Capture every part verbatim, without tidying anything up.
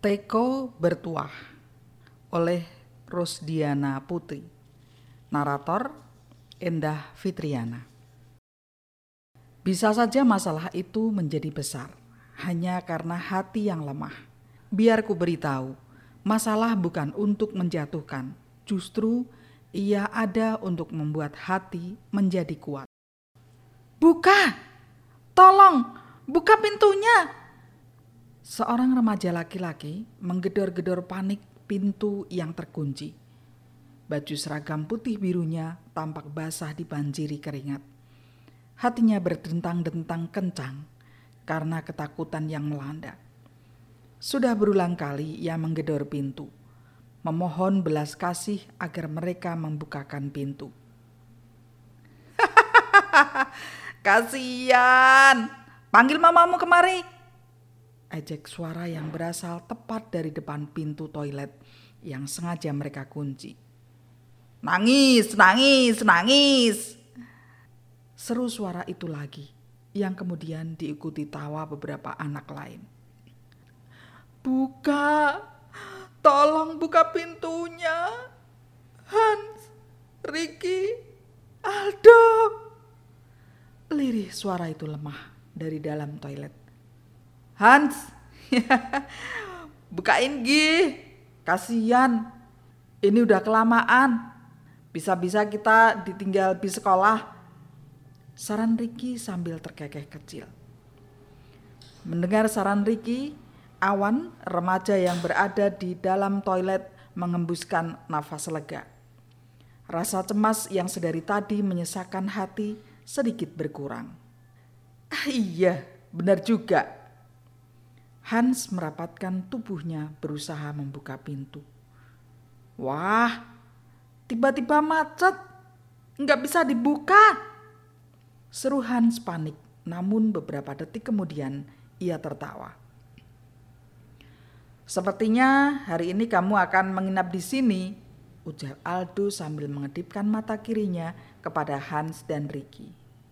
Teko Bertuah oleh Rusdiana Putri. Narator Endah Fitriana. Bisa saja masalah itu menjadi besar hanya karena hati yang lemah. Biar ku beritahu, masalah bukan untuk menjatuhkan, justru ia ada untuk membuat hati menjadi kuat. Buka! Tolong, buka pintunya! Seorang remaja laki-laki menggedor-gedor panik pintu yang terkunci. Baju seragam putih birunya tampak basah dibanjiri keringat. Hatinya berdentang-dentang kencang karena ketakutan yang melanda. Sudah berulang kali ia menggedor pintu, memohon belas kasih agar mereka membukakan pintu. Kasian, panggil mamamu kemari. Ejek suara yang berasal tepat dari depan pintu toilet yang sengaja mereka kunci. Nangis, nangis, nangis. Seru suara itu lagi, yang kemudian diikuti tawa beberapa anak lain. Buka, tolong buka pintunya. Hans, Ricky, Aldo. Lirih suara itu lemah dari dalam toilet. Hans, bukain Gi, kasihan, ini udah kelamaan, bisa-bisa kita ditinggal di sekolah. Saran Ricky sambil terkekeh kecil. Mendengar saran Ricky, Awan, remaja yang berada di dalam toilet, mengembuskan nafas lega. Rasa cemas yang sedari tadi menyesakan hati sedikit berkurang. Ah iya, benar juga. Hans merapatkan tubuhnya berusaha membuka pintu. Wah, tiba-tiba macet, nggak bisa dibuka. Seru Hans panik, namun beberapa detik kemudian ia tertawa. Sepertinya hari ini kamu akan menginap di sini, ujar Aldo sambil mengedipkan mata kirinya kepada Hans dan Ricky.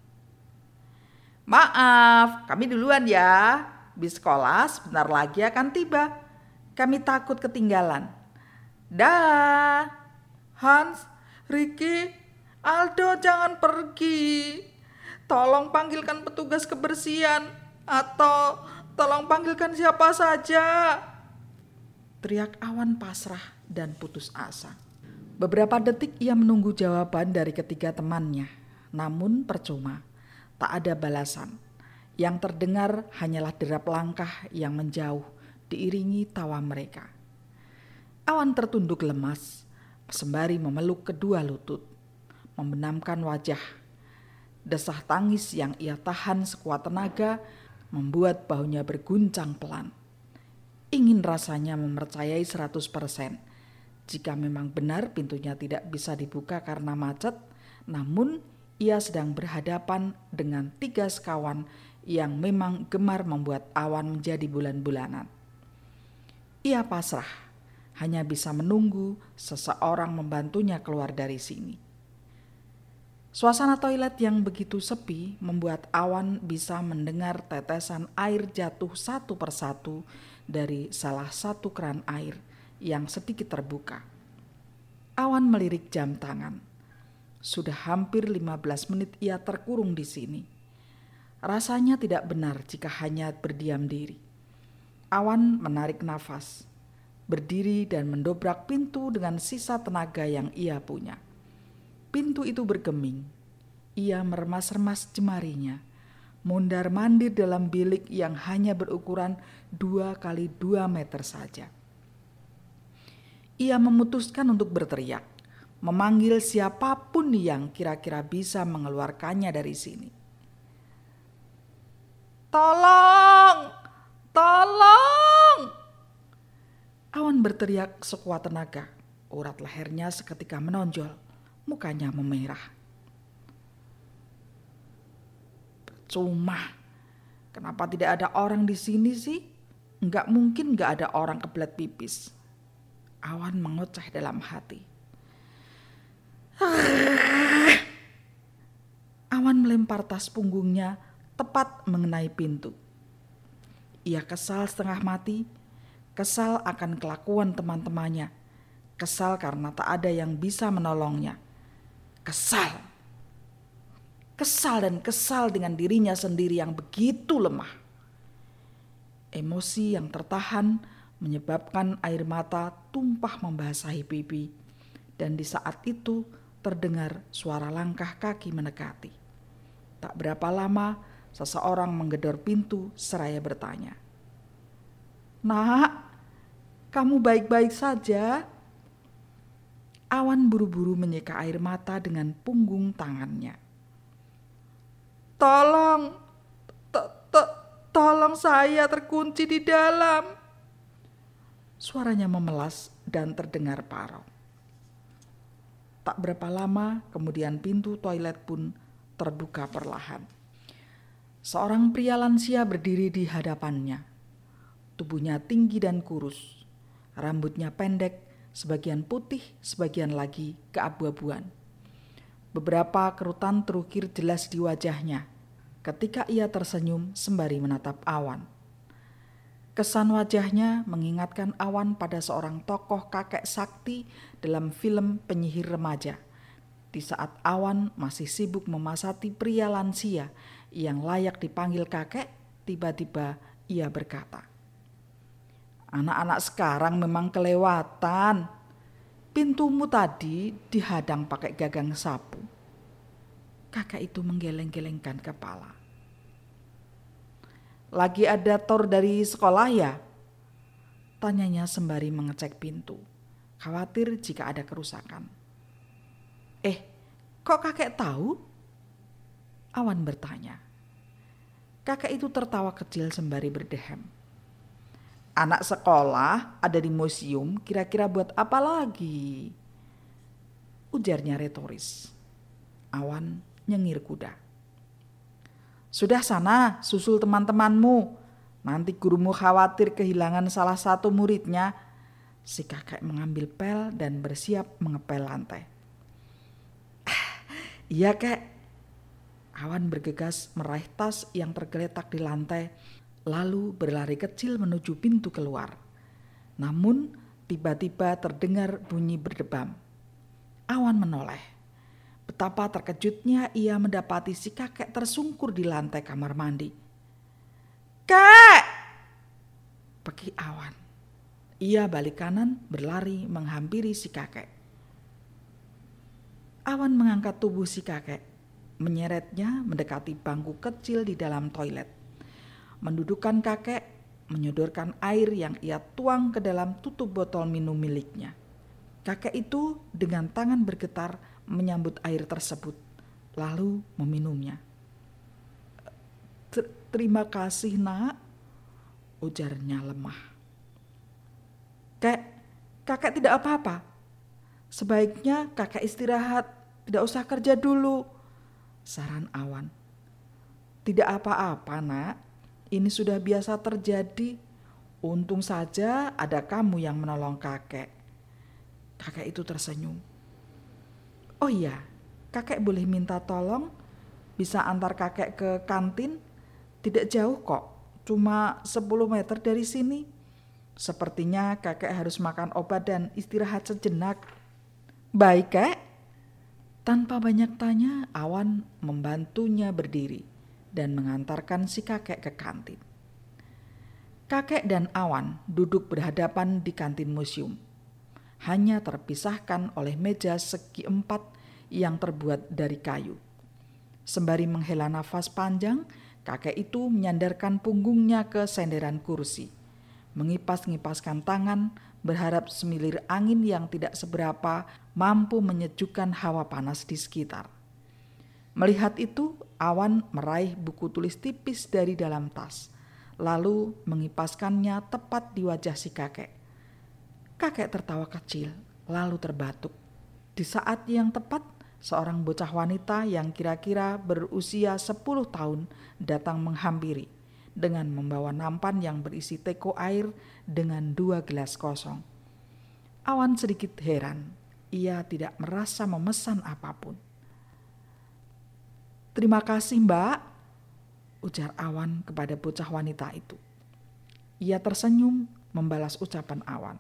Maaf, kami duluan ya. Bis sekolah sebentar lagi akan tiba. Kami takut ketinggalan. Dah. Hans, Ricky, Aldo jangan pergi. Tolong panggilkan petugas kebersihan atau tolong panggilkan siapa saja. Teriak Awan pasrah dan putus asa. Beberapa detik ia menunggu jawaban dari ketiga temannya. Namun percuma, tak ada balasan. Yang terdengar hanyalah derap langkah yang menjauh diiringi tawa mereka. Awan tertunduk lemas, sembari memeluk kedua lutut, membenamkan wajah. Desah tangis yang ia tahan sekuat tenaga membuat bahunya berguncang pelan. Ingin rasanya mempercayai seratus persen jika memang benar pintunya tidak bisa dibuka karena macet, namun ia sedang berhadapan dengan tiga sekawan yang memang gemar membuat Awan menjadi bulan-bulanan. Ia pasrah, hanya bisa menunggu seseorang membantunya keluar dari sini. Suasana toilet yang begitu sepi membuat Awan bisa mendengar tetesan air jatuh satu persatu dari salah satu keran air yang sedikit terbuka. Awan melirik jam tangan. Sudah hampir lima belas menit ia terkurung di sini. Rasanya tidak benar jika hanya berdiam diri. Awan menarik nafas, berdiri dan mendobrak pintu dengan sisa tenaga yang ia punya. Pintu itu bergeming. Ia meremas-remas jemarinya, mondar-mandir dalam bilik yang hanya berukuran dua kali dua meter saja. Ia memutuskan untuk berteriak, memanggil siapapun yang kira-kira bisa mengeluarkannya dari sini. Tolong! Tolong! Awan berteriak sekuat tenaga. Urat lehernya seketika menonjol. Mukanya memerah. Percuma. Kenapa tidak ada orang di sini sih? Enggak mungkin enggak ada orang kebelet pipis. Awan mengoceh dalam hati. Awan melempar tas punggungnya tepat mengenai pintu. Ia kesal setengah mati Kesal akan kelakuan teman-temannya. Kesal karena tak ada yang bisa menolongnya. Kesal. Kesal dan kesal dengan dirinya sendiri yang begitu lemah. Emosi yang tertahan menyebabkan air mata tumpah membasahi pipi. Dan di saat itu terdengar suara langkah kaki mendekati. Tak berapa lama seseorang menggedor pintu seraya bertanya, "Nak, kamu baik-baik saja?" Awan buru-buru menyeka air mata dengan punggung tangannya. "Tolong, to- to- tolong saya terkunci di dalam." Suaranya memelas dan terdengar parau. Tak berapa lama kemudian pintu toilet pun terbuka perlahan. Seorang pria lansia berdiri di hadapannya. Tubuhnya tinggi dan kurus. Rambutnya pendek, sebagian putih, sebagian lagi keabu-abuan. Beberapa kerutan terukir jelas di wajahnya ketika ia tersenyum sembari menatap Awan. Kesan wajahnya mengingatkan Awan pada seorang tokoh kakek sakti dalam film penyihir remaja. Di saat Awan masih sibuk memasati pria lansia yang layak dipanggil kakek, tiba-tiba ia berkata, "Anak-anak sekarang memang kelewatan. Pintumu tadi dihadang pakai gagang sapu." Kakek itu menggeleng-gelengkan kepala. "Lagi ada tor dari sekolah ya?" tanyanya sembari mengecek pintu, khawatir jika ada kerusakan. "Eh, kok kakek tahu?" Awan bertanya. Kakek itu tertawa kecil sembari berdehem. "Anak sekolah ada di museum, kira-kira buat apa lagi?" ujarnya retoris. Awan nyengir kuda. "Sudah sana, susul teman-temanmu. Nanti gurumu khawatir kehilangan salah satu muridnya." Si kakek mengambil pel dan bersiap mengepel lantai. "Iya kek." Awan bergegas meraih tas yang tergeletak di lantai, lalu berlari kecil menuju pintu keluar. Namun tiba-tiba terdengar bunyi berdebam. Awan menoleh. Betapa terkejutnya ia mendapati si kakek tersungkur di lantai kamar mandi. "Kek!" pekik Awan. Ia balik kanan berlari menghampiri si kakek. Awan mengangkat tubuh si kakek, menyeretnya mendekati bangku kecil di dalam toilet. Mendudukkan kakek, menyodorkan air yang ia tuang ke dalam tutup botol minum miliknya. Kakek itu dengan tangan bergetar menyambut air tersebut, lalu meminumnya. "Terima kasih, Nak," ujarnya lemah. "Kek, kakek tidak apa-apa. Sebaiknya kakek istirahat, tidak usah kerja dulu," saran Awan. "Tidak apa-apa, Nak. Ini sudah biasa terjadi. Untung saja ada kamu yang menolong kakek." Kakek itu tersenyum. "Oh iya, kakek boleh minta tolong? Bisa antar kakek ke kantin? Tidak jauh kok, cuma sepuluh meter dari sini. Sepertinya kakek harus makan obat dan istirahat sejenak." "Baik, Kek." Tanpa banyak tanya, Awan membantunya berdiri dan mengantarkan si kakek ke kantin. Kakek dan Awan duduk berhadapan di kantin museum. Hanya terpisahkan oleh meja segi empat yang terbuat dari kayu. Sembari menghela nafas panjang, kakek itu menyandarkan punggungnya ke senderan kursi, mengipas-ngipaskan tangan, berharap semilir angin yang tidak seberapa mampu menyejukkan hawa panas di sekitar. Melihat itu, Awan meraih buku tulis tipis dari dalam tas, lalu mengipaskannya tepat di wajah si kakek. Kakek tertawa kecil, lalu terbatuk. Di saat yang tepat, seorang bocah wanita yang kira-kira berusia sepuluh tahun datang menghampiri dengan membawa nampan yang berisi teko air dengan dua gelas kosong. Awan sedikit heran, ia tidak merasa memesan apapun. "Terima kasih, Mbak," ujar Awan kepada bocah wanita itu. Ia tersenyum membalas ucapan Awan.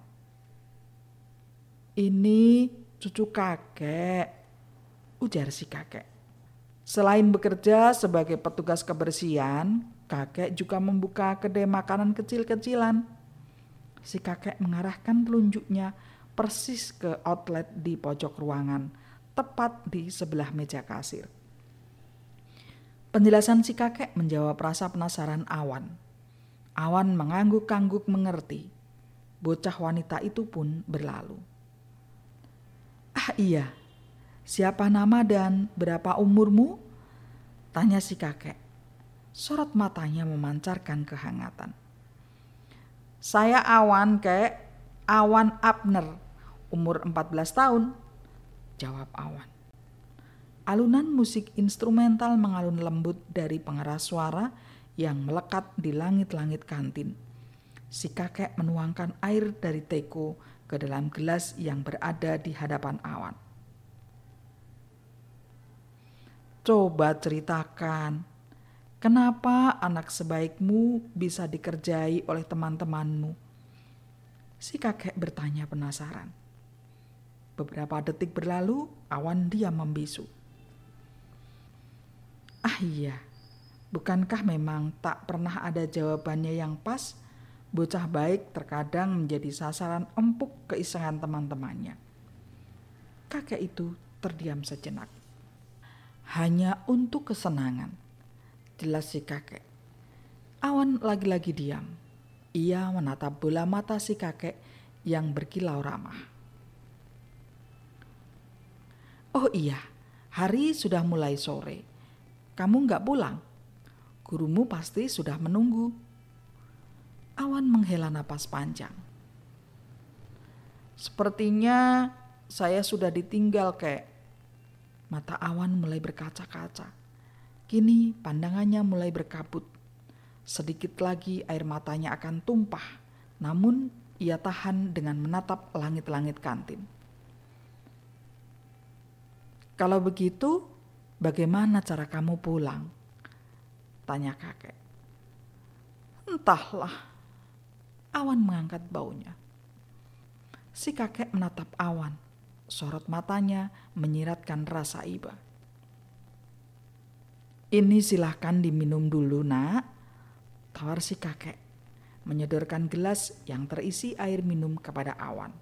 "Ini cucu kakek," ujar si kakek. Selain bekerja sebagai petugas kebersihan, kakek juga membuka kedai makanan kecil-kecilan. Si kakek mengarahkan telunjuknya persis ke outlet di pojok ruangan, tepat di sebelah meja kasir. Penjelasan si kakek menjawab rasa penasaran Awan. Awan mengangguk-angguk mengerti. Bocah wanita itu pun berlalu. "Ah iya, siapa nama dan berapa umurmu?" tanya si kakek. Sorot matanya memancarkan kehangatan. "Saya Awan, kek. Awan Abner, umur empat belas tahun, jawab Awan. Alunan musik instrumental mengalun lembut dari pengeras suara yang melekat di langit-langit kantin. Si kakek menuangkan air dari teko ke dalam gelas yang berada di hadapan Awan. "Coba ceritakan, kenapa anak sebaikmu bisa dikerjai oleh teman-temanmu?" Si kakek bertanya penasaran. Beberapa detik berlalu, Awan diam membisu. "Ah iya, bukankah memang tak pernah ada jawabannya yang pas? Bocah baik terkadang menjadi sasaran empuk keisengan teman-temannya." Kakek itu terdiam sejenak. "Hanya untuk kesenangan," jelas si kakek. Awan lagi-lagi diam. Ia menatap bola mata si kakek yang berkilau ramah. "Oh iya, hari sudah mulai sore. Kamu nggak pulang? Gurumu pasti sudah menunggu." Awan menghela napas panjang. "Sepertinya saya sudah ditinggal, kek." Mata Awan mulai berkaca-kaca. Kini pandangannya mulai berkabut. Sedikit lagi air matanya akan tumpah, namun ia tahan dengan menatap langit-langit kantin. "Kalau begitu, bagaimana cara kamu pulang?" tanya kakek. "Entahlah." Awan mengangkat baunya. Si kakek menatap Awan. Sorot matanya menyiratkan rasa iba. "Ini silahkan diminum dulu, nak," tawar si kakek, menyodorkan gelas yang terisi air minum kepada Awan.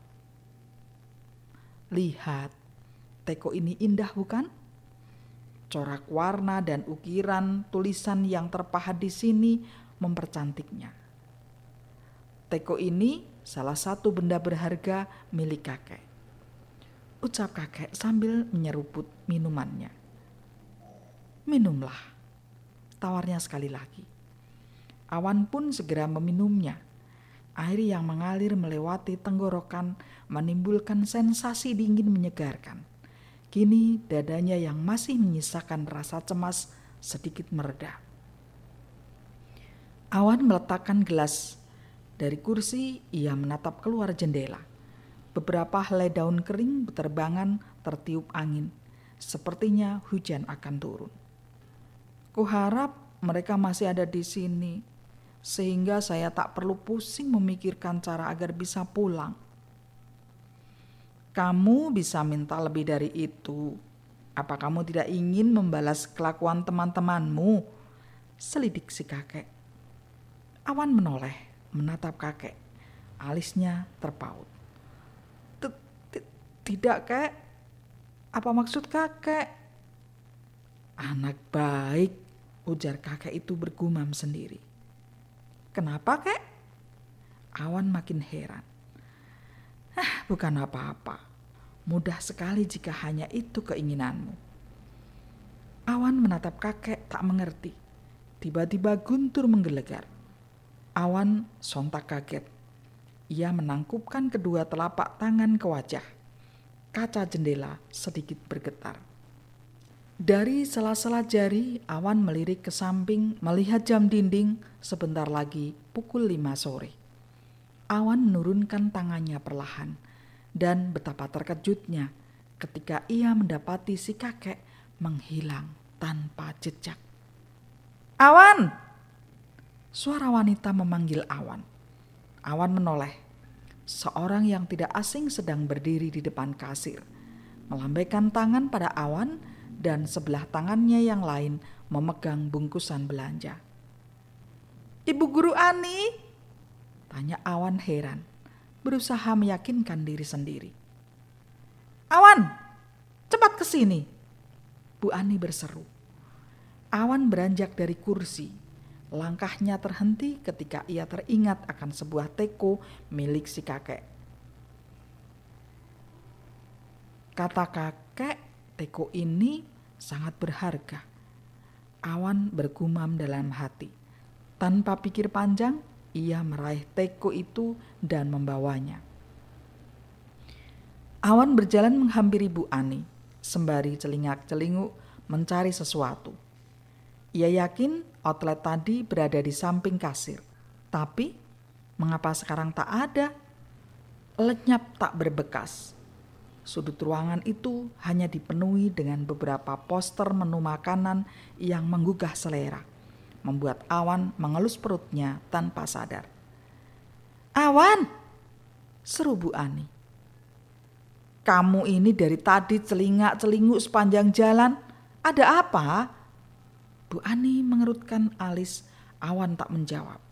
"Lihat, teko ini indah bukan? Corak warna dan ukiran tulisan yang terpahat di sini mempercantiknya. Teko ini salah satu benda berharga milik kakek," ucap kakek sambil menyeruput minumannya. "Minumlah," tawarnya sekali lagi. Awan pun segera meminumnya. Air yang mengalir melewati tenggorokan menimbulkan sensasi dingin menyegarkan. Kini dadanya yang masih menyisakan rasa cemas sedikit mereda. Awan meletakkan gelas. Dari kursi ia menatap keluar jendela. Beberapa helai daun kering berterbangan tertiup angin. Sepertinya hujan akan turun. "Kuharap mereka masih ada di sini, sehingga saya tak perlu pusing memikirkan cara agar bisa pulang." "Kamu bisa minta lebih dari itu. Apa kamu tidak ingin membalas kelakuan teman-temanmu?" selidik si kakek. Awan menoleh, menatap kakek. Alisnya terpaut. "Tidak, kek. Apa maksud kakek?" "Anak baik," ujar kakek itu bergumam sendiri. "Kenapa, kek?" Awan makin heran. "Ah, bukan apa-apa. Mudah sekali jika hanya itu keinginanmu." Awan menatap kakek tak mengerti. Tiba-tiba guntur menggelegar. Awan sontak kaget. Ia menangkupkan kedua telapak tangan ke wajah. Kaca jendela sedikit bergetar. Dari sela-sela jari, Awan melirik ke samping melihat jam dinding. Sebentar lagi pukul lima sore. Awan menurunkan tangannya perlahan. Dan betapa terkejutnya ketika ia mendapati si kakek menghilang tanpa jejak. "Awan!" Suara wanita memanggil Awan. Awan menoleh. Seorang yang tidak asing sedang berdiri di depan kasir, melambaikan tangan pada Awan dan sebelah tangannya yang lain memegang bungkusan belanja. "Ibu Guru Ani?" tanya Awan heran, berusaha meyakinkan diri sendiri. "Awan, cepat ke sini," Bu Ani berseru. Awan beranjak dari kursi. Langkahnya terhenti ketika ia teringat akan sebuah teko milik si kakek. Kata kakek, teko ini sangat berharga. Awan bergumam dalam hati. Tanpa pikir panjang, ia meraih teko itu dan membawanya. Awan berjalan menghampiri Bu Ani, sembari celingak-celinguk mencari sesuatu. Ia yakin outlet tadi berada di samping kasir. Tapi mengapa sekarang tak ada? Lenyap tak berbekas. Sudut ruangan itu hanya dipenuhi dengan beberapa poster menu makanan yang menggugah selera, membuat Awan mengelus perutnya tanpa sadar. "Awan!" seru Bu Ani. "Kamu ini dari tadi celingak-celinguk sepanjang jalan. Ada apa?" Bu Ani mengerutkan alis. Awan tak menjawab.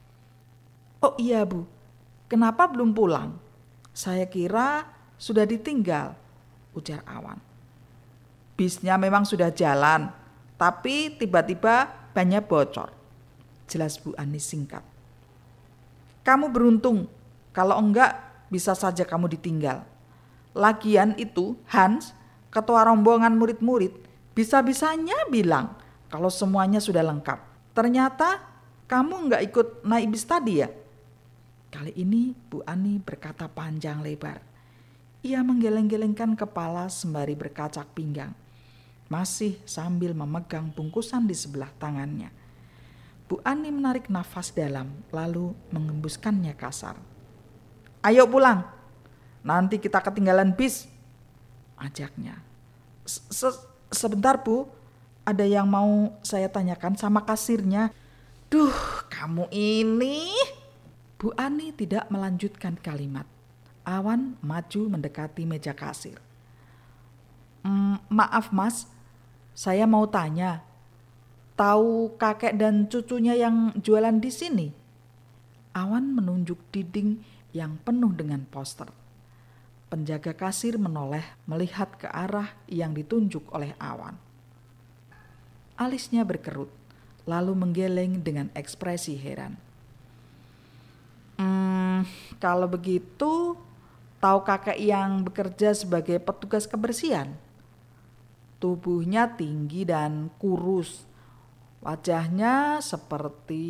"Oh iya Bu, kenapa belum pulang? Saya kira sudah ditinggal," ujar Awan. "Bisnya memang sudah jalan, tapi tiba-tiba bannya bocor," jelas Bu Ani singkat. "Kamu beruntung, kalau enggak bisa saja kamu ditinggal. Lagian itu Hans, ketua rombongan murid-murid, bisa-bisanya bilang kalau semuanya sudah lengkap. Ternyata kamu enggak ikut naik bis tadi ya?" Kali ini Bu Ani berkata panjang lebar. Ia menggeleng-gelengkan kepala sembari berkacak pinggang, masih sambil memegang bungkusan di sebelah tangannya. Bu Ani menarik nafas dalam lalu mengembuskannya kasar. "Ayo pulang, nanti kita ketinggalan bis," ajaknya. "Sebentar Bu, ada yang mau saya tanyakan sama kasirnya." "Duh, kamu ini." Bu Ani tidak melanjutkan kalimat. Awan maju mendekati meja kasir. "Mm, maaf Mas, saya mau tanya. Tahu kakek dan cucunya yang jualan di sini?" Awan menunjuk dinding yang penuh dengan poster. Penjaga kasir menoleh melihat ke arah yang ditunjuk oleh Awan. Alisnya berkerut, lalu menggeleng dengan ekspresi heran. Hmm, kalau begitu, tahu kakek yang bekerja sebagai petugas kebersihan? Tubuhnya tinggi dan kurus. Wajahnya seperti...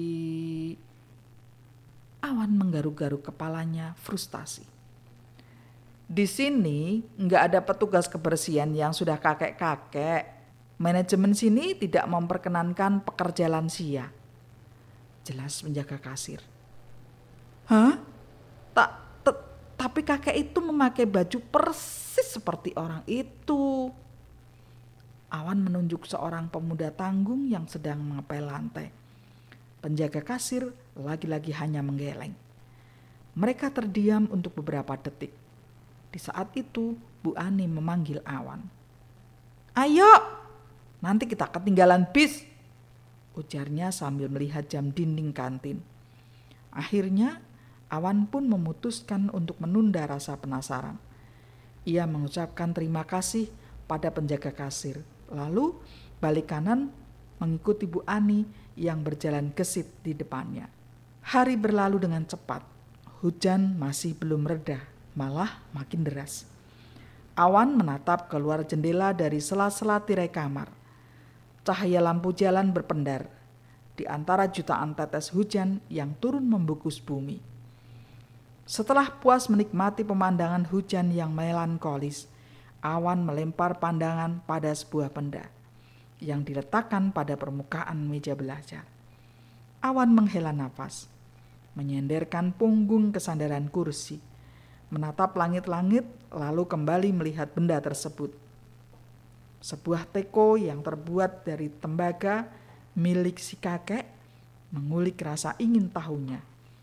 Awan menggaruk-garuk kepalanya frustasi. "Di sini nggak ada petugas kebersihan yang sudah kakek-kakek. Manajemen sini tidak memperkenankan pekerja lansia," jelas penjaga kasir. "Hah? Tak, t- tapi kakek itu memakai baju persis seperti orang itu." Awan menunjuk seorang pemuda tanggung yang sedang mengepel lantai. Penjaga kasir lagi-lagi hanya menggeleng. Mereka terdiam untuk beberapa detik. Di saat itu Bu Ani memanggil Awan. "Ayo! Nanti kita ketinggalan bis," ujarnya sambil melihat jam dinding kantin. Akhirnya Awan pun memutuskan untuk menunda rasa penasaran. Ia mengucapkan terima kasih pada penjaga kasir, lalu balik kanan mengikuti Bu Ani yang berjalan gesit di depannya. Hari berlalu dengan cepat. Hujan masih belum reda, malah makin deras. Awan menatap keluar jendela dari sela-sela tirai kamar. Cahaya lampu jalan berpendar di antara jutaan tetes hujan yang turun membungkus bumi. Setelah puas menikmati pemandangan hujan yang melankolis, Awan melempar pandangan pada sebuah benda yang diletakkan pada permukaan meja belajar. Awan menghela nafas, menyenderkan punggung ke sandaran kursi, menatap langit-langit lalu kembali melihat benda tersebut. Sebuah teko yang terbuat dari tembaga milik si kakek mengulik rasa ingin tahunya.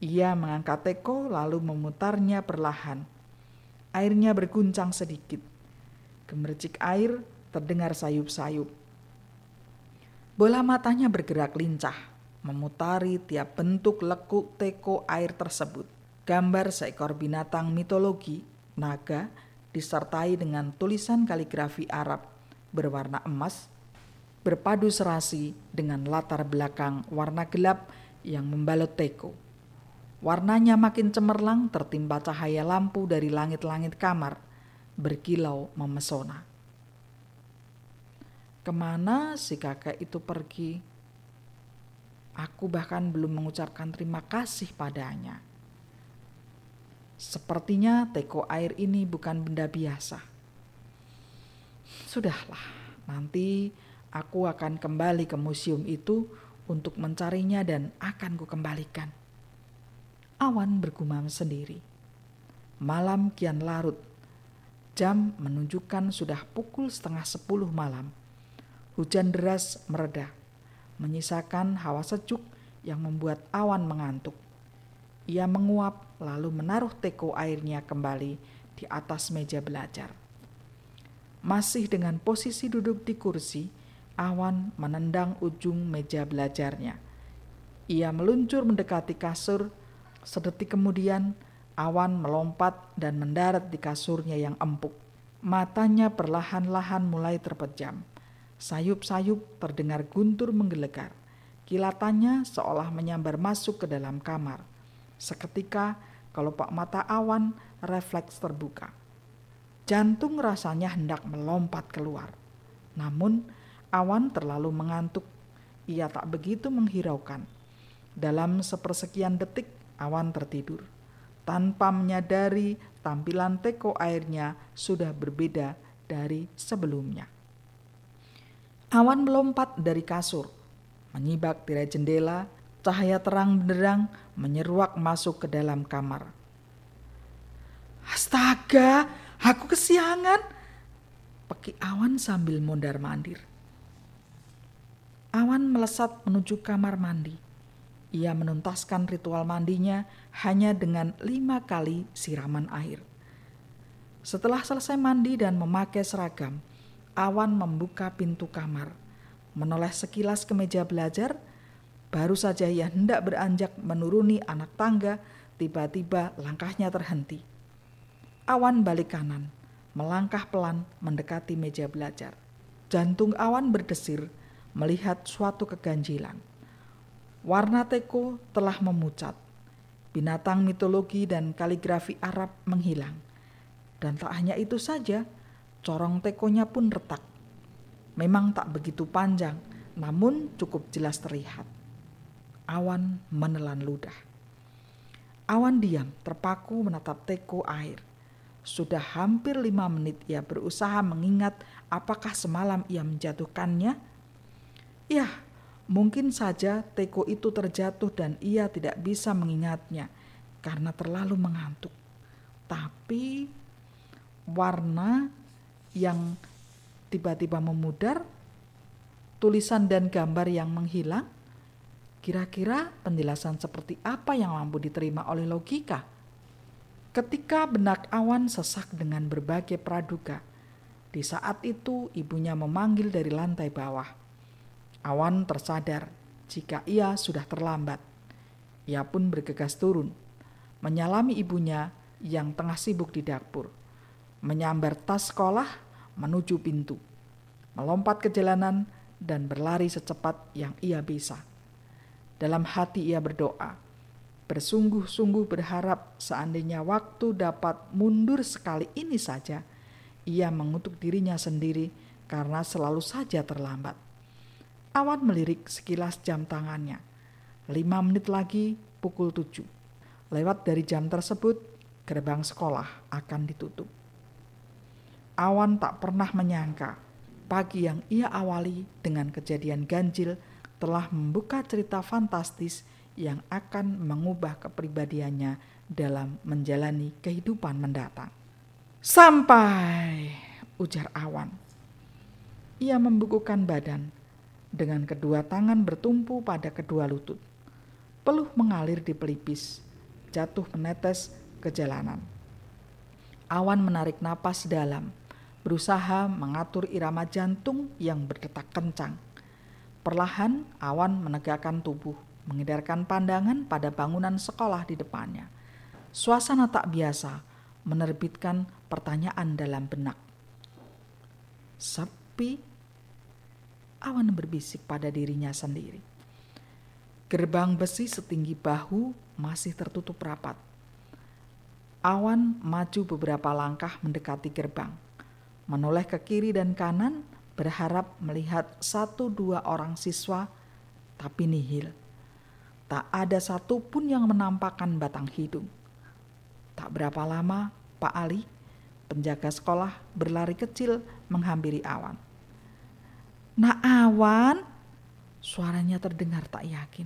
Ia mengangkat teko lalu memutarnya perlahan. Airnya berguncang sedikit. Gemercik air terdengar sayup-sayup. Bola matanya bergerak lincah, memutari tiap bentuk lekuk teko air tersebut. Gambar seekor binatang mitologi, naga, disertai dengan tulisan kaligrafi Arab berwarna emas, berpadu serasi dengan latar belakang warna gelap yang membalut teko. Warnanya makin cemerlang tertimpa cahaya lampu dari langit-langit kamar, berkilau memesona. Kemana si kakek itu pergi? Aku bahkan belum mengucapkan terima kasih padanya. Sepertinya teko air ini bukan benda biasa. Sudahlah, nanti aku akan kembali ke museum itu untuk mencarinya dan akan kukembalikan. Awan bergumam sendiri. Malam kian larut. Jam menunjukkan sudah pukul setengah sepuluh malam. Hujan deras mereda, menyisakan hawa sejuk yang membuat Awan mengantuk. Ia menguap lalu menaruh teko airnya kembali di atas meja belajar. Masih dengan posisi duduk di kursi, Awan menendang ujung meja belajarnya. Ia meluncur mendekati kasur. Sedetik kemudian, Awan melompat dan mendarat di kasurnya yang empuk. Matanya perlahan-lahan mulai terpejam. Sayup-sayup terdengar guntur menggelegar. Kilatannya seolah menyambar masuk ke dalam kamar. Seketika kelopak mata Awan refleks terbuka. Jantung rasanya hendak melompat keluar. Namun Awan terlalu mengantuk. Ia tak begitu menghiraukan. Dalam sepersekian detik Awan tertidur. Tanpa menyadari tampilan teko airnya sudah berbeda dari sebelumnya. Awan melompat dari kasur, menyibak tirai jendela, cahaya terang benderang menyeruak masuk ke dalam kamar. Astaga, aku kesiangan, pekik Awan sambil mondar-mandir. Awan melesat menuju kamar mandi. Ia menuntaskan ritual mandinya hanya dengan lima kali siraman air. Setelah selesai mandi dan memakai seragam, Awan membuka pintu kamar, menoleh sekilas ke meja belajar. Baru saja ia hendak beranjak menuruni anak tangga, tiba-tiba langkahnya terhenti. Awan balik kanan, melangkah pelan mendekati meja belajar. Jantung Awan berdesir melihat suatu keganjilan. Warna teko telah memucat. Binatang mitologi dan kaligrafi Arab menghilang. Dan tak hanya itu saja, corong tekonya pun retak. Memang tak begitu panjang, namun cukup jelas terlihat. Awan menelan ludah. Awan diam, terpaku menatap teko air. Sudah hampir lima menit ia berusaha mengingat apakah semalam ia menjatuhkannya. Ya, mungkin saja teko itu terjatuh dan ia tidak bisa mengingatnya karena terlalu mengantuk. Tapi warna yang tiba-tiba memudar, tulisan dan gambar yang menghilang, kira-kira penjelasan seperti apa yang mampu diterima oleh logika? Ketika benak Awan sesak dengan berbagai praduga, di saat itu ibunya memanggil dari lantai bawah. Awan tersadar jika ia sudah terlambat. Ia pun bergegas turun, menyalami ibunya yang tengah sibuk di dapur, menyambar tas sekolah menuju pintu, melompat ke jalanan dan berlari secepat yang ia bisa. Dalam hati ia berdoa, bersungguh-sungguh berharap seandainya waktu dapat mundur sekali ini saja, ia mengutuk dirinya sendiri karena selalu saja terlambat. Awan melirik sekilas jam tangannya. Lima menit lagi pukul tujuh. Lewat dari jam tersebut, gerbang sekolah akan ditutup. Awan tak pernah menyangka pagi yang ia awali dengan kejadian ganjil telah membuka cerita fantastis yang akan mengubah kepribadiannya dalam menjalani kehidupan mendatang. Sampai, ujar Awan. Ia membukukan badan. Dengan kedua tangan bertumpu pada kedua lutut. Peluh mengalir di pelipis. jatuh menetes ke jalanan. Awan menarik napas dalam, berusaha mengatur irama jantung yang berdetak kencang. Perlahan Awan menegakkan tubuh, mengedarkan pandangan pada bangunan sekolah di depannya. Suasana tak biasa menerbitkan pertanyaan dalam benak. Sepi? Awan berbisik pada dirinya sendiri. Gerbang besi setinggi bahu masih tertutup rapat. Awan maju beberapa langkah mendekati gerbang, menoleh ke kiri dan kanan berharap melihat satu dua orang siswa, tapi nihil. Tak ada satupun yang menampakkan batang hidung. Tak berapa lama Pak Ali, penjaga sekolah, berlari kecil menghampiri Awan. "Nak Awan," suaranya terdengar tak yakin.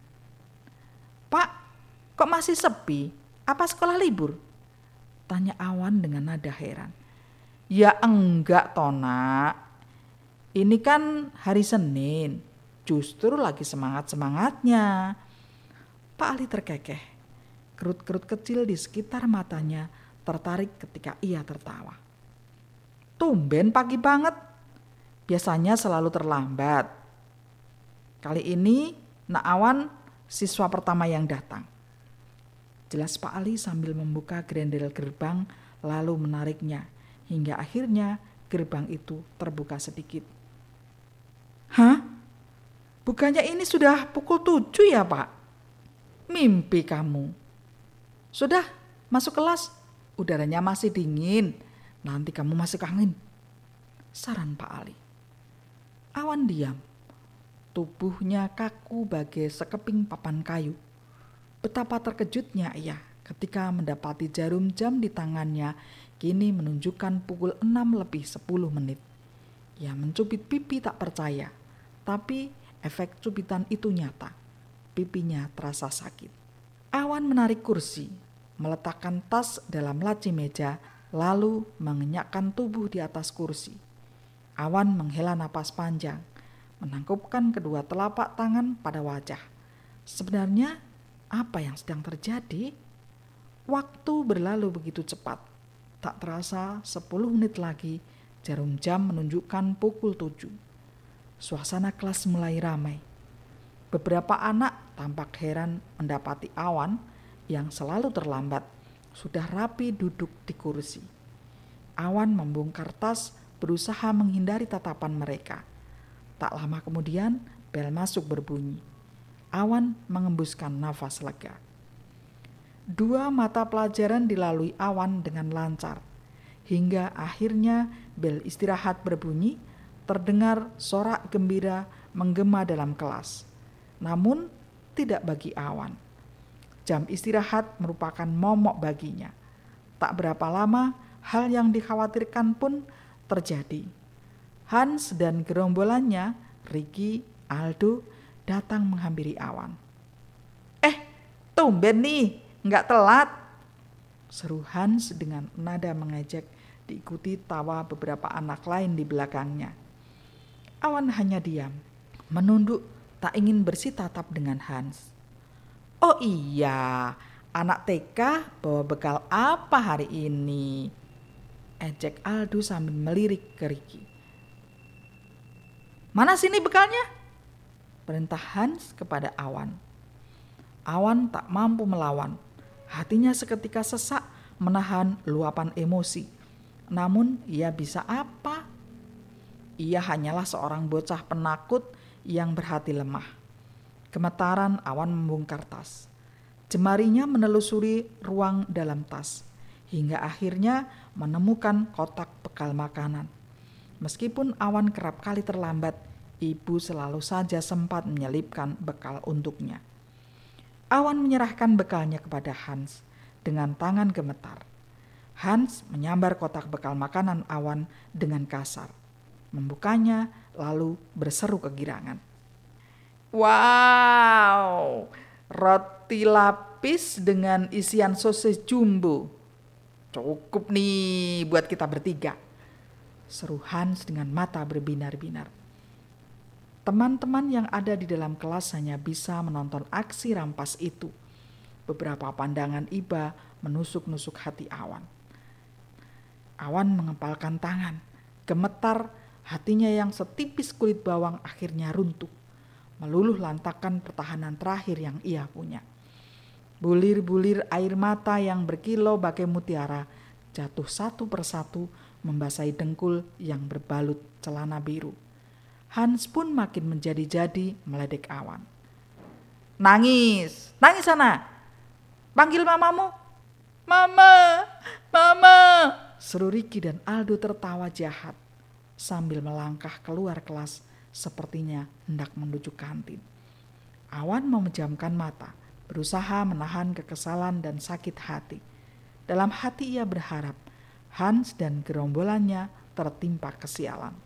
"Pak, kok masih sepi? Apa sekolah libur?" tanya Awan dengan nada heran. "Ya enggak toh nak, ini kan hari Senin, justru lagi semangat-semangatnya." Pak Ali terkekeh. Kerut-kerut kecil di sekitar matanya tertarik ketika ia tertawa. "Tumben pagi banget, biasanya selalu terlambat. Kali ini Nak Awan siswa pertama yang datang," jelas Pak Ali sambil membuka grendel gerbang lalu menariknya hingga akhirnya gerbang itu terbuka sedikit. "Hah? Bukannya ini sudah pukul tujuh ya Pak? Mimpi kamu. Sudah, masuk kelas. Udaranya masih dingin. Nanti kamu masuk angin," saran Pak Ali. Awan diam. Tubuhnya kaku bagai sekeping papan kayu. Betapa terkejutnya ia ketika mendapati jarum jam di tangannya kini menunjukkan pukul enam lebih sepuluh menit. Ia mencubit pipi tak percaya, tapi efek cubitan itu nyata. Pipinya terasa sakit. Awan menarik kursi, meletakkan tas dalam laci meja, lalu mengenyakkan tubuh di atas kursi. Awan menghela napas panjang, menangkupkan kedua telapak tangan pada wajah. Sebenarnya apa yang sedang terjadi? Waktu berlalu begitu cepat. Tak terasa sepuluh menit lagi jarum jam menunjukkan pukul tujuh. Suasana kelas mulai ramai. Beberapa anak tampak heran mendapati Awan yang selalu terlambat sudah rapi duduk di kursi. Awan membongkar tas berusaha menghindari tatapan mereka. Tak lama kemudian bel masuk berbunyi. Awan mengembuskan nafas lega. Dua mata pelajaran dilalui Awan dengan lancar. Hingga akhirnya bel istirahat berbunyi, terdengar sorak gembira menggema dalam kelas. Namun tidak bagi Awan. Jam istirahat merupakan momok baginya. Tak berapa lama hal yang dikhawatirkan pun terjadi. Hans dan gerombolannya, Ricky, Aldo, datang menghampiri Awan. "Eh, tumben nih, nggak telat," seru Hans dengan nada mengejek, diikuti tawa beberapa anak lain di belakangnya. Awan hanya diam, menunduk, tak ingin bersitatap dengan Hans. "Oh iya, anak T K bawa bekal apa hari ini?" ejek Aldo sambil melirik ke Ricky. "Mana sini bekalnya?" perintah Hans kepada Awan. Awan tak mampu melawan. Hatinya seketika sesak menahan luapan emosi. Namun ia bisa apa? Ia hanyalah seorang bocah penakut yang berhati lemah. Gemetaran Awan membongkar tas. Jemarinya menelusuri ruang dalam tas, hingga akhirnya menemukan kotak bekal makanan. Meskipun Awan kerap kali terlambat, ibu selalu saja sempat menyelipkan bekal untuknya. Awan menyerahkan bekalnya kepada Hans dengan tangan gemetar. Hans menyambar kotak bekal makanan Awan dengan kasar, membukanya lalu berseru kegirangan. "Wow, roti lapis dengan isian sosis jumbo. Cukup nih buat kita bertiga," seru Hans dengan mata berbinar-binar. Teman-teman yang ada di dalam kelas hanya bisa menonton aksi rampas itu. Beberapa pandangan iba menusuk-nusuk hati Awan. Awan mengepalkan tangan, gemetar, hatinya yang setipis kulit bawang akhirnya runtuh, meluluh lantakan pertahanan terakhir yang ia punya. Bulir-bulir air mata yang berkilau bagai mutiara jatuh satu persatu membasahi dengkul yang berbalut celana biru. Hans pun makin menjadi-jadi meledek Awan. Nangis, nangis sana. Panggil mamamu. Mama, mama. Seru Ricky dan Aldo tertawa jahat sambil melangkah keluar kelas sepertinya hendak menuju kantin. Awan memejamkan mata, berusaha menahan kekesalan dan sakit hati. Dalam hati ia berharap Hans dan gerombolannya tertimpa kesialan.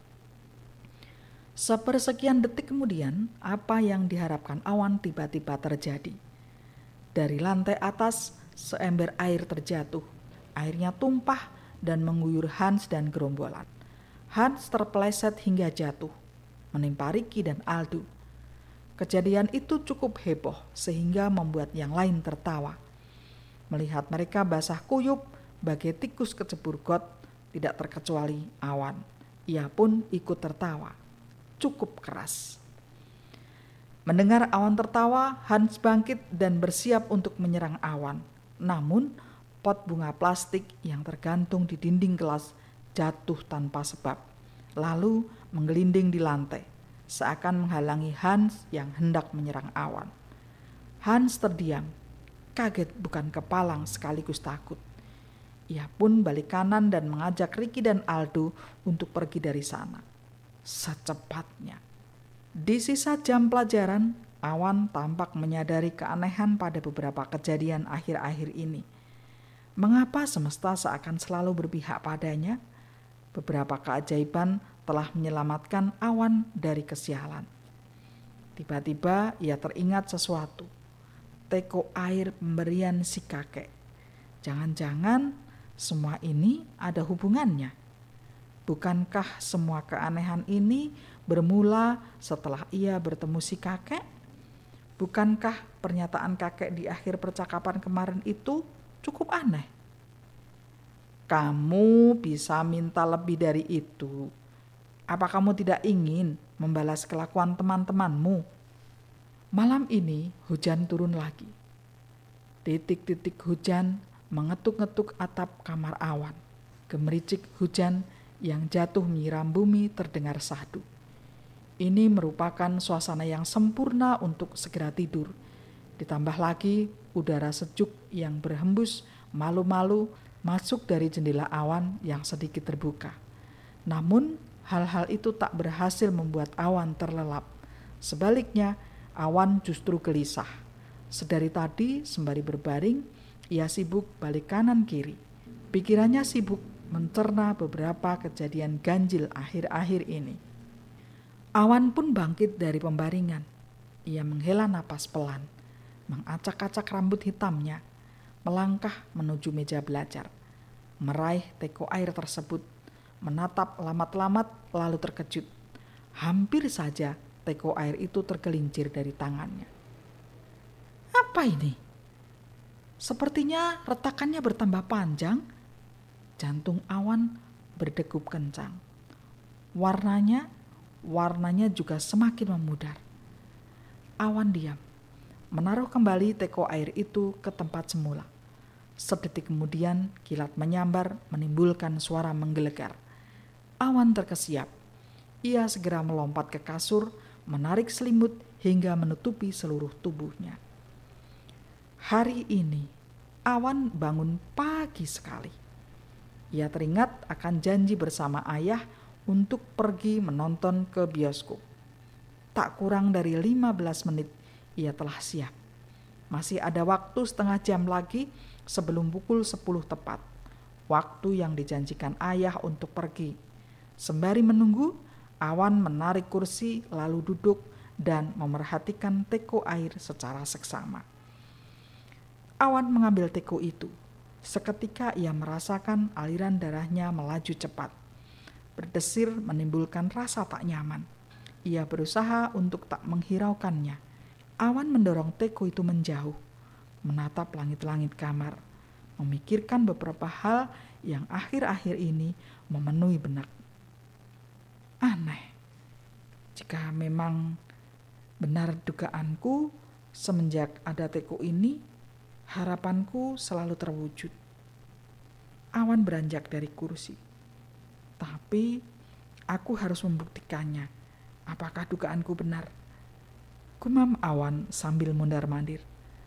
Sepersekian detik kemudian, apa yang diharapkan Awan tiba-tiba terjadi. Dari lantai atas, seember air terjatuh. Airnya tumpah dan mengguyur Hans dan gerombolan. Hans terpeleset hingga jatuh, menimpa Ricky dan Aldo. Kejadian itu cukup heboh sehingga membuat yang lain tertawa. Melihat mereka basah kuyup bagai tikus kecebur got, tidak terkecuali Awan. Ia pun ikut tertawa, cukup keras. Mendengar Awan tertawa, Hans bangkit dan bersiap untuk menyerang Awan. Namun, pot bunga plastik yang tergantung di dinding kelas jatuh tanpa sebab, lalu menggelinding di lantai, seakan menghalangi Hans yang hendak menyerang Awan. Hans terdiam, kaget bukan kepalang sekaligus takut. Ia pun balik kanan dan mengajak Ricky dan Aldo untuk pergi dari sana. Secepatnya. Di sisa jam pelajaran, Awan tampak menyadari keanehan pada beberapa kejadian akhir-akhir ini. Mengapa semesta seakan selalu berpihak padanya? Beberapa keajaiban telah menyelamatkan Awan dari kesialan. Tiba-tiba ia teringat sesuatu. Teko air pemberian si kakek. Jangan-jangan semua ini ada hubungannya. Bukankah semua keanehan ini bermula setelah ia bertemu si kakek? Bukankah pernyataan kakek di akhir percakapan kemarin itu cukup aneh? Kamu bisa minta lebih dari itu. Apa kamu tidak ingin membalas kelakuan teman-temanmu? Malam ini hujan turun lagi. Titik-titik hujan mengetuk-ngetuk atap kamar Awan. Gemericik hujan yang jatuh menyiram bumi terdengar sahdu. Ini merupakan suasana yang sempurna untuk segera tidur. Ditambah lagi udara sejuk yang berhembus malu-malu masuk dari jendela Awan yang sedikit terbuka. Namun hal-hal itu tak berhasil membuat Awan terlelap. Sebaliknya, Awan justru gelisah. Sedari tadi sembari berbaring, ia sibuk balik kanan kiri. Pikirannya sibuk mencerna beberapa kejadian ganjil akhir-akhir ini. Awan pun bangkit dari pembaringan. Ia menghela napas pelan, mengacak-acak rambut hitamnya, melangkah menuju meja belajar, meraih teko air tersebut, menatap lamat-lamat lalu terkejut. Hampir saja teko air itu tergelincir dari tangannya. Apa ini? Sepertinya retakannya bertambah panjang. Jantung Awan berdegup kencang. Warnanya, warnanya juga semakin memudar. Awan diam, menaruh kembali teko air itu ke tempat semula. Sedetik kemudian kilat menyambar menimbulkan suara menggelegar. Awan terkesiap. Ia segera melompat ke kasur, menarik selimut hingga menutupi seluruh tubuhnya. Hari ini Awan bangun pagi sekali. Ia teringat akan janji bersama ayah untuk pergi menonton ke bioskop. Tak kurang dari lima belas menit ia telah siap. Masih ada waktu setengah jam lagi sebelum pukul sepuluh tepat. Waktu yang dijanjikan ayah untuk pergi. Sembari menunggu, Awan menarik kursi lalu duduk dan memerhatikan teko air secara seksama. Awan mengambil teko itu. Seketika ia merasakan aliran darahnya melaju cepat. Berdesir menimbulkan rasa tak nyaman. Ia berusaha untuk tak menghiraukannya. Awan mendorong teko itu menjauh. menatap langit-langit kamar, memikirkan beberapa hal yang akhir-akhir ini memenuhi benak. Aneh, jika memang benar dugaanku, semenjak ada Teko ini, harapanku selalu terwujud. Awan beranjak dari kursi. Tapi aku harus membuktikannya. Apakah dugaanku benar? Gumam Awan sambil mondar-mandir.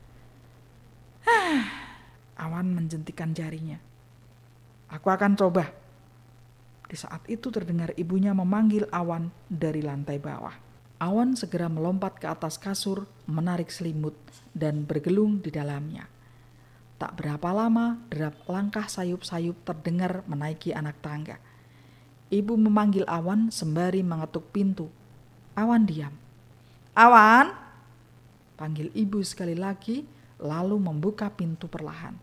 Awan menjentikan jarinya. Aku akan coba. Di saat itu terdengar ibunya memanggil Awan dari lantai bawah. Awan segera melompat ke atas kasur, menarik selimut, dan bergelung di dalamnya. Tak berapa lama, derap langkah sayup-sayup terdengar menaiki anak tangga. Ibu memanggil Awan sembari mengetuk pintu. Awan diam. Awan, panggil ibu sekali lagi, lalu membuka pintu perlahan.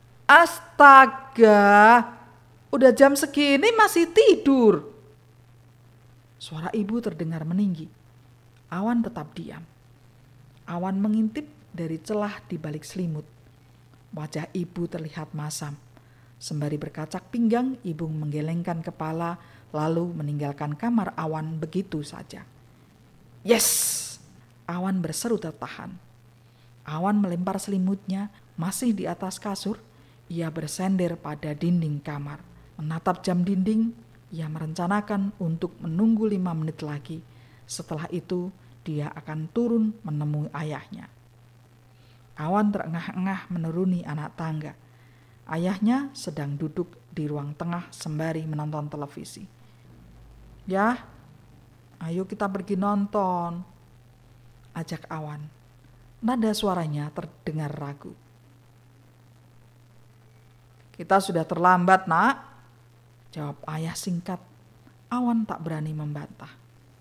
Astaga, udah jam segini masih tidur. Suara ibu terdengar meninggi. Awan tetap diam. Awan mengintip dari celah di balik selimut. Wajah ibu terlihat masam. Sembari berkacak pinggang, ibu menggelengkan kepala lalu meninggalkan kamar Awan begitu saja. Yes! Awan berseru tertahan. Awan melempar selimutnya masih di atas kasur. Ia bersender pada dinding kamar. Menatap jam dinding, ia merencanakan untuk menunggu lima menit lagi. Setelah itu, dia akan turun menemui ayahnya. Awan terengah-engah menuruni anak tangga. Ayahnya sedang duduk di ruang tengah sembari menonton televisi. Ya, ayo kita pergi nonton, ajak Awan. Nada suaranya terdengar ragu. Kita sudah terlambat, nak, jawab ayah singkat. Awan tak berani membantah.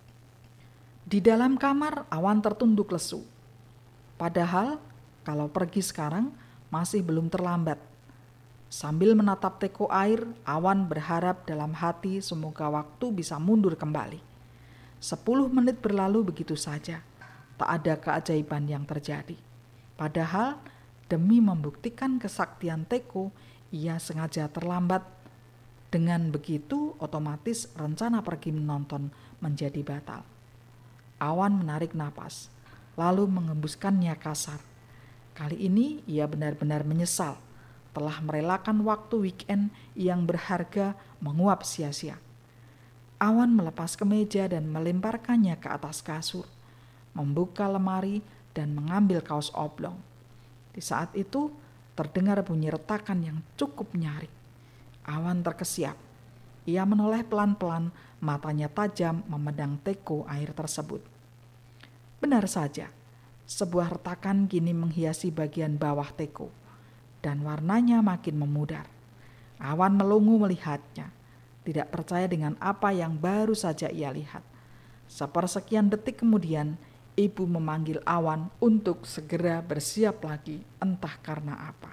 Di dalam kamar, Awan tertunduk lesu. Padahal kalau pergi sekarang masih belum terlambat. Sambil menatap teko air, Awan berharap dalam hati semoga waktu bisa mundur kembali. Sepuluh menit berlalu begitu saja. Tak ada keajaiban yang terjadi. Padahal demi membuktikan kesaktian Teko, ia sengaja terlambat. Dengan begitu, otomatis rencana pergi menonton menjadi batal. Awan menarik napas, lalu mengembuskannya kasar. Kali ini ia benar-benar menyesal telah merelakan waktu weekend yang berharga menguap sia-sia. Awan melepas kemeja dan melemparkannya ke atas kasur, membuka lemari dan mengambil kaos oblong. Di saat itu terdengar bunyi retakan yang cukup nyaring. Awan terkesiap. Ia menoleh pelan-pelan, matanya tajam memandang teko air tersebut. Benar saja, sebuah retakan kini menghiasi bagian bawah teko, dan warnanya makin memudar. Awan melongo melihatnya, tidak percaya dengan apa yang baru saja ia lihat. Sepersekian detik kemudian, ibu memanggil Awan untuk segera bersiap lagi, entah karena apa.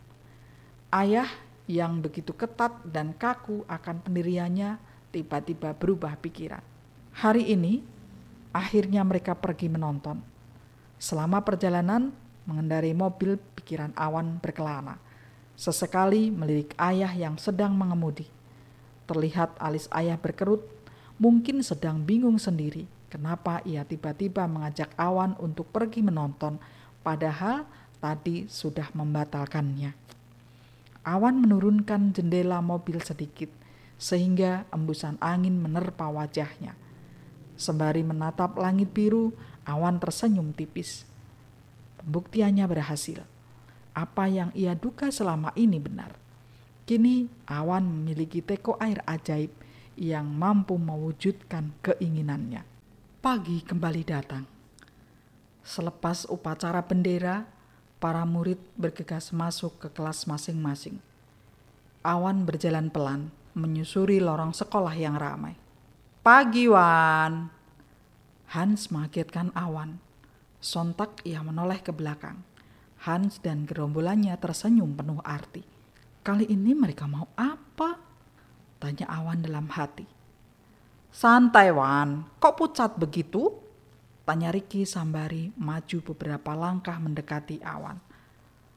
Ayah yang begitu ketat dan kaku akan pendiriannya tiba-tiba berubah pikiran. Hari ini, akhirnya mereka pergi menonton. Selama perjalanan, mengendarai mobil, pikiran Awan berkelana. Sesekali melirik ayah yang sedang mengemudi. Terlihat alis ayah berkerut, mungkin sedang bingung sendiri kenapa ia tiba-tiba mengajak Awan untuk pergi menonton, padahal tadi sudah membatalkannya. Awan menurunkan jendela mobil sedikit, sehingga embusan angin menerpa wajahnya. Sembari menatap langit biru, Awan tersenyum tipis. Pembuktiannya berhasil. Apa yang ia duga selama ini benar. Kini Awan memiliki teko air ajaib yang mampu mewujudkan keinginannya. Pagi kembali datang. Selepas upacara bendera, para murid bergegas masuk ke kelas masing-masing. Awan berjalan pelan, menyusuri lorong sekolah yang ramai. Pagi, Wan. Hans mengagetkan Awan. Sontak ia menoleh ke belakang. Hans dan gerombolannya tersenyum penuh arti. Kali ini mereka mau apa? Tanya Awan dalam hati. Santai, Wan, kok pucat begitu? Tanya Ricky sambari maju beberapa langkah mendekati Awan.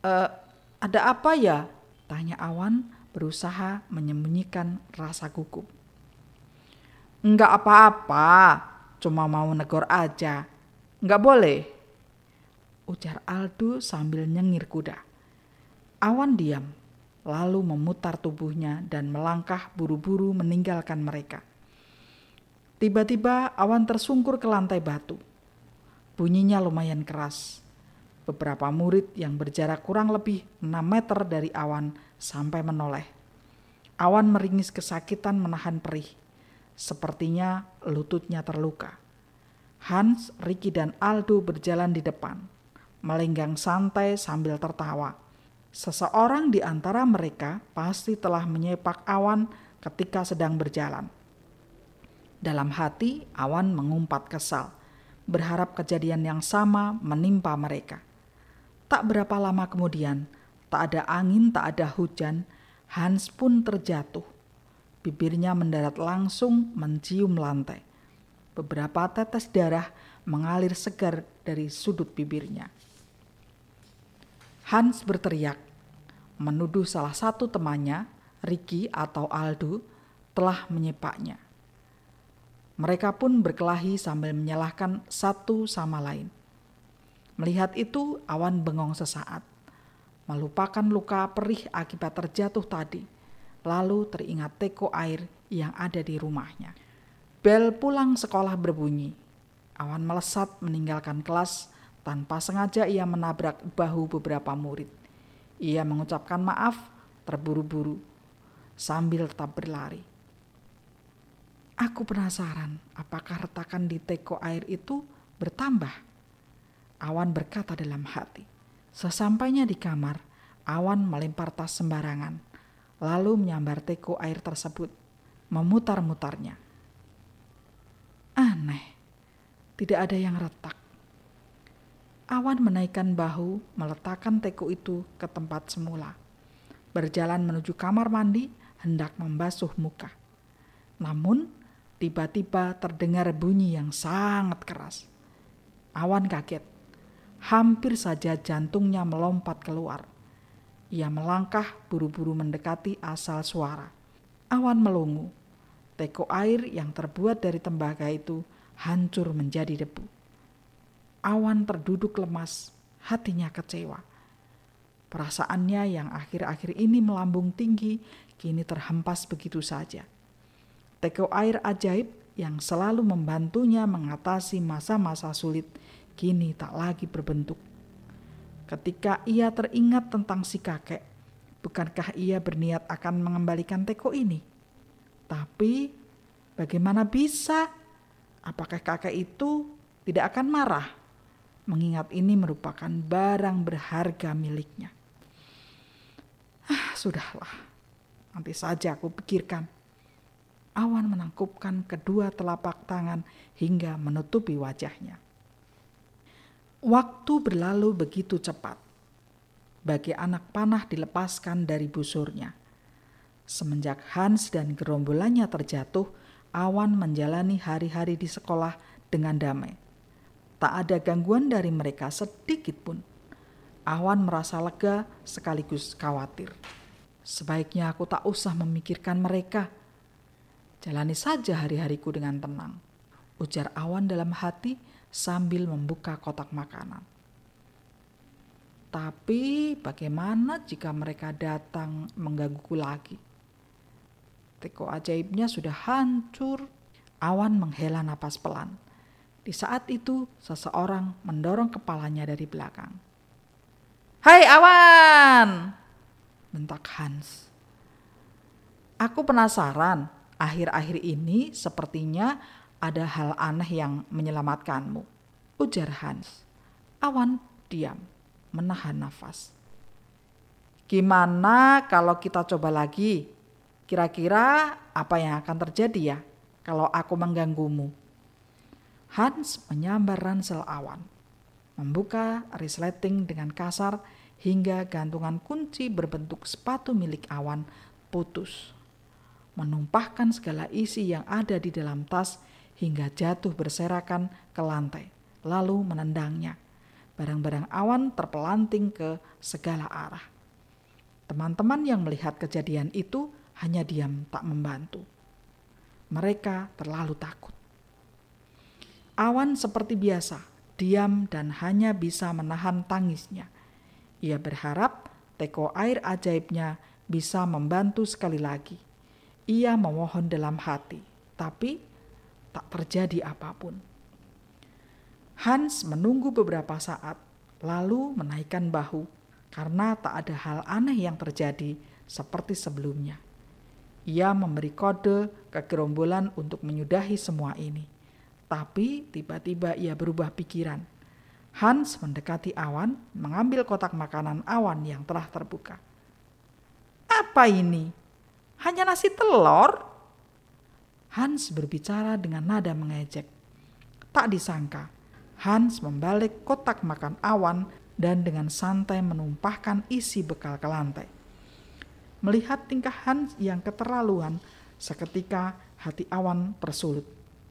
"Eh, ada apa ya?" tanya Awan berusaha menyembunyikan rasa gugup. "Enggak apa-apa, cuma mau negor aja. Enggak boleh," ujar Aldo sambil nyengir kuda. Awan diam, lalu memutar tubuhnya dan melangkah buru-buru meninggalkan mereka. Tiba-tiba Awan tersungkur ke lantai batu. Bunyinya lumayan keras. Beberapa murid yang berjarak kurang lebih enam meter dari Awan sampai menoleh. Awan meringis kesakitan menahan perih. Sepertinya lututnya terluka. Hans, Ricky, dan Aldo berjalan di depan, melenggang santai sambil tertawa. Seseorang di antara mereka pasti telah menyepak Awan ketika sedang berjalan. Dalam hati, Awan mengumpat kesal, berharap kejadian yang sama menimpa mereka. Tak berapa lama kemudian, tak ada angin, tak ada hujan, Hans pun terjatuh. Bibirnya mendarat langsung mencium lantai. Beberapa tetes darah mengalir segar dari sudut bibirnya. Hans berteriak, menuduh salah satu temannya, Ricky atau Aldo, telah menyepaknya. Mereka pun berkelahi sambil menyalahkan satu sama lain. Melihat itu, Awan bengong sesaat, melupakan luka perih akibat terjatuh tadi, lalu teringat teko air yang ada di rumahnya. Bel pulang sekolah berbunyi. Awan melesat meninggalkan kelas, tanpa sengaja ia menabrak bahu beberapa murid. Ia mengucapkan maaf terburu-buru sambil tetap berlari. Aku penasaran apakah retakan di teko air itu bertambah. Awan berkata dalam hati. Sesampainya di kamar, Awan melempar tas sembarangan, lalu menyambar teko air tersebut, memutar-mutarnya. Aneh, tidak ada yang retak. Awan menaikkan bahu, meletakkan teko itu ke tempat semula. Berjalan menuju kamar mandi, hendak membasuh muka. Namun, tiba-tiba terdengar bunyi yang sangat keras. Awan kaget. Hampir saja jantungnya melompat keluar. Ia melangkah buru-buru mendekati asal suara. Awan melongo. Teko air yang terbuat dari tembaga itu hancur menjadi debu. Awan terduduk lemas, hatinya kecewa. Perasaannya yang akhir-akhir ini melambung tinggi, kini terhempas begitu saja. Teko air ajaib yang selalu membantunya mengatasi masa-masa sulit, kini tak lagi berbentuk. Ketika ia teringat tentang si kakek, bukankah ia berniat akan mengembalikan teko ini? Tapi bagaimana bisa? Apakah kakek itu tidak akan marah? Mengingat ini merupakan barang berharga miliknya. Ah, sudahlah. Nanti saja aku pikirkan. Awan menangkupkan kedua telapak tangan hingga menutupi wajahnya. Waktu berlalu begitu cepat. Bagi anak panah dilepaskan dari busurnya. Semenjak Hans dan gerombolannya terjatuh, Awan menjalani hari-hari di sekolah dengan damai. Tak ada gangguan dari mereka sedikit pun. Awan merasa lega sekaligus khawatir. Sebaiknya aku tak usah memikirkan mereka. Jalani saja hari-hariku dengan tenang, ujar Awan dalam hati sambil membuka kotak makanan. Tapi bagaimana jika mereka datang menggangguku lagi? Teko ajaibnya sudah hancur. Awan menghela napas pelan. Di saat itu seseorang mendorong kepalanya dari belakang. Hai Awan! Bentak Hans. Aku penasaran, akhir-akhir ini sepertinya ada hal aneh yang menyelamatkanmu, ujar Hans. Awan diam, menahan nafas. Gimana kalau kita coba lagi? Kira-kira apa yang akan terjadi ya kalau aku mengganggumu? Hans menyambar ransel Awan, membuka resleting dengan kasar hingga gantungan kunci berbentuk sepatu milik Awan putus. Menumpahkan segala isi yang ada di dalam tas hingga jatuh berserakan ke lantai, lalu menendangnya. Barang-barang awan terpelanting ke segala arah. Teman-teman yang melihat kejadian itu hanya diam tak membantu. Mereka terlalu takut. Awan seperti biasa, diam dan hanya bisa menahan tangisnya. Ia berharap teko air ajaibnya bisa membantu sekali lagi. Ia memohon dalam hati, tapi tak terjadi apapun. Hans menunggu beberapa saat, lalu menaikkan bahu karena tak ada hal aneh yang terjadi seperti sebelumnya. Ia memberi kode ke gerombolan untuk menyudahi semua ini. Tapi tiba-tiba ia berubah pikiran. Hans mendekati awan, mengambil kotak makanan awan yang telah terbuka. "Apa ini? Hanya nasi telur?" Hans berbicara dengan nada mengejek. Tak disangka, Hans membalik kotak makan awan dan dengan santai menumpahkan isi bekal ke lantai. Melihat tingkah Hans yang keterlaluan, seketika hati awan tersulut.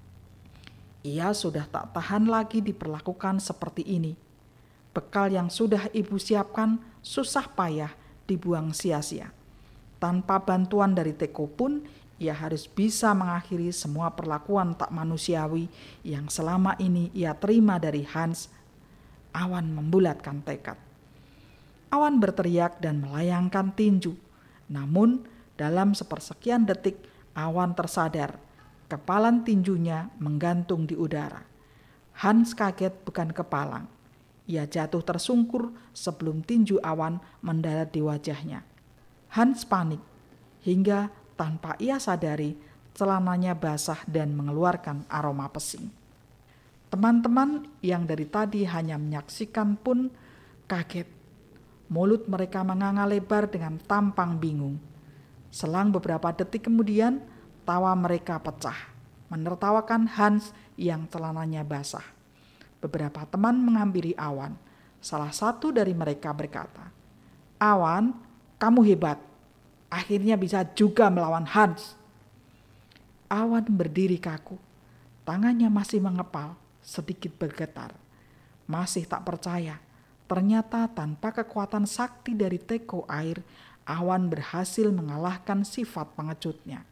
Ia sudah tak tahan lagi diperlakukan seperti ini. Bekal yang sudah ibu siapkan susah payah dibuang sia-sia. Tanpa bantuan dari Teko pun, ia harus bisa mengakhiri semua perlakuan tak manusiawi yang selama ini ia terima dari Hans. Awan membulatkan tekad. Awan berteriak dan melayangkan tinju. Namun dalam sepersekian detik awan tersadar. Kepalan tinjunya menggantung di udara. Hans kaget bukan kepalang. Ia jatuh tersungkur sebelum tinju awan mendarat di wajahnya. Hans panik hingga tanpa ia sadari celananya basah dan mengeluarkan aroma pesing. Teman-teman yang dari tadi hanya menyaksikan pun kaget. Mulut mereka menganga lebar dengan tampang bingung. Selang beberapa detik kemudian, tawa mereka pecah, menertawakan Hans yang celananya basah. Beberapa teman menghampiri Awan. Salah satu dari mereka berkata, "Awan, kamu hebat. Akhirnya bisa juga melawan Hans." Awan berdiri kaku. Tangannya masih mengepal, sedikit bergetar. Masih tak percaya. Ternyata tanpa kekuatan sakti dari teko air, Awan berhasil mengalahkan sifat pengecutnya.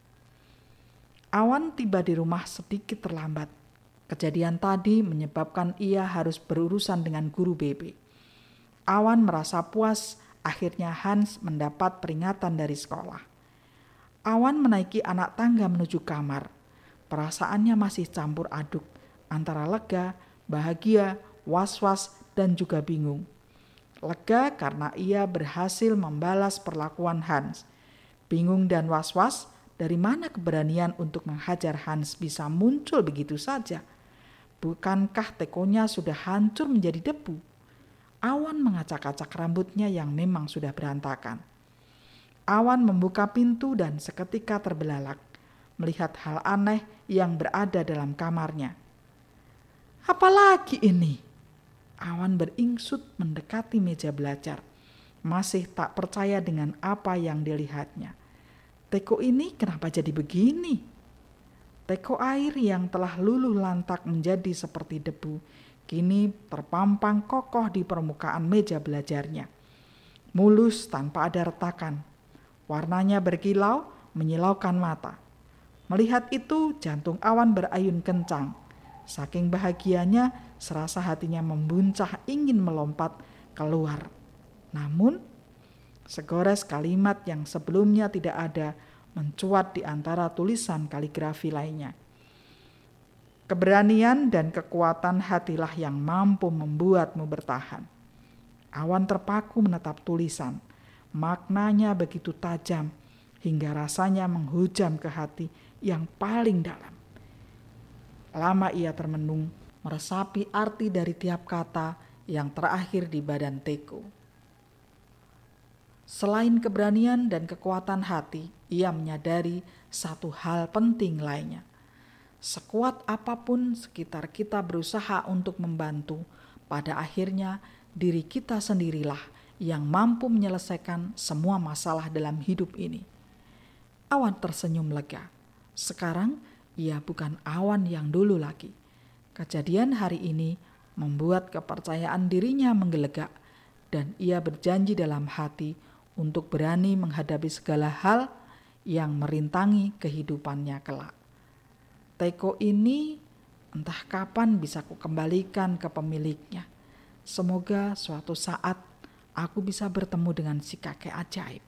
Awan tiba di rumah sedikit terlambat. Kejadian tadi menyebabkan ia harus berurusan dengan guru B B. Awan merasa puas, akhirnya Hans mendapat peringatan dari sekolah. Awan menaiki anak tangga menuju kamar. Perasaannya masih campur aduk antara lega, bahagia, was-was, dan juga bingung. Lega karena ia berhasil membalas perlakuan Hans. Bingung dan was-was, dari mana keberanian untuk menghajar Hans bisa muncul begitu saja? Bukankah tekonya sudah hancur menjadi debu? Awan mengacak-acak rambutnya yang memang sudah berantakan. Awan membuka pintu dan seketika terbelalak melihat hal aneh yang berada dalam kamarnya. "Apalagi ini?" Awan beringsut mendekati meja belajar, masih tak percaya dengan apa yang dilihatnya. Teko ini kenapa jadi begini? Teko air yang telah luluh lantak menjadi seperti debu, kini terpampang kokoh di permukaan meja belajarnya. Mulus tanpa ada retakan. Warnanya berkilau, menyilaukan mata. Melihat itu, jantung Awan berayun kencang. Saking bahagianya, serasa hatinya membuncah ingin melompat keluar. Namun, segores kalimat yang sebelumnya tidak ada mencuat di antara tulisan kaligrafi lainnya. "Keberanian dan kekuatan hatilah yang mampu membuatmu bertahan." Awan terpaku menatap tulisan. Maknanya begitu tajam hingga rasanya menghujam ke hati yang paling dalam. Lama ia termenung, meresapi arti dari tiap kata yang terakhir di badan teko. Selain keberanian dan kekuatan hati, ia menyadari satu hal penting lainnya. Sekuat apapun sekitar kita berusaha untuk membantu, pada akhirnya diri kita sendirilah yang mampu menyelesaikan semua masalah dalam hidup ini. Awan tersenyum lega. Sekarang ia bukan Awan yang dulu lagi. Kejadian hari ini membuat kepercayaan dirinya menggelegak, dan ia berjanji dalam hati untuk berani menghadapi segala hal yang merintangi kehidupannya kelak. Teko ini entah kapan bisa kukembalikan ke pemiliknya. Semoga suatu saat aku bisa bertemu dengan si kakek ajaib.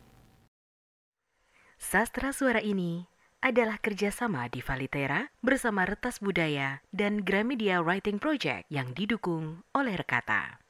Sastra Suara ini adalah kerjasama Diva Litera bersama Retas Budaya dan Gramedia Writing Project yang didukung oleh Rekata.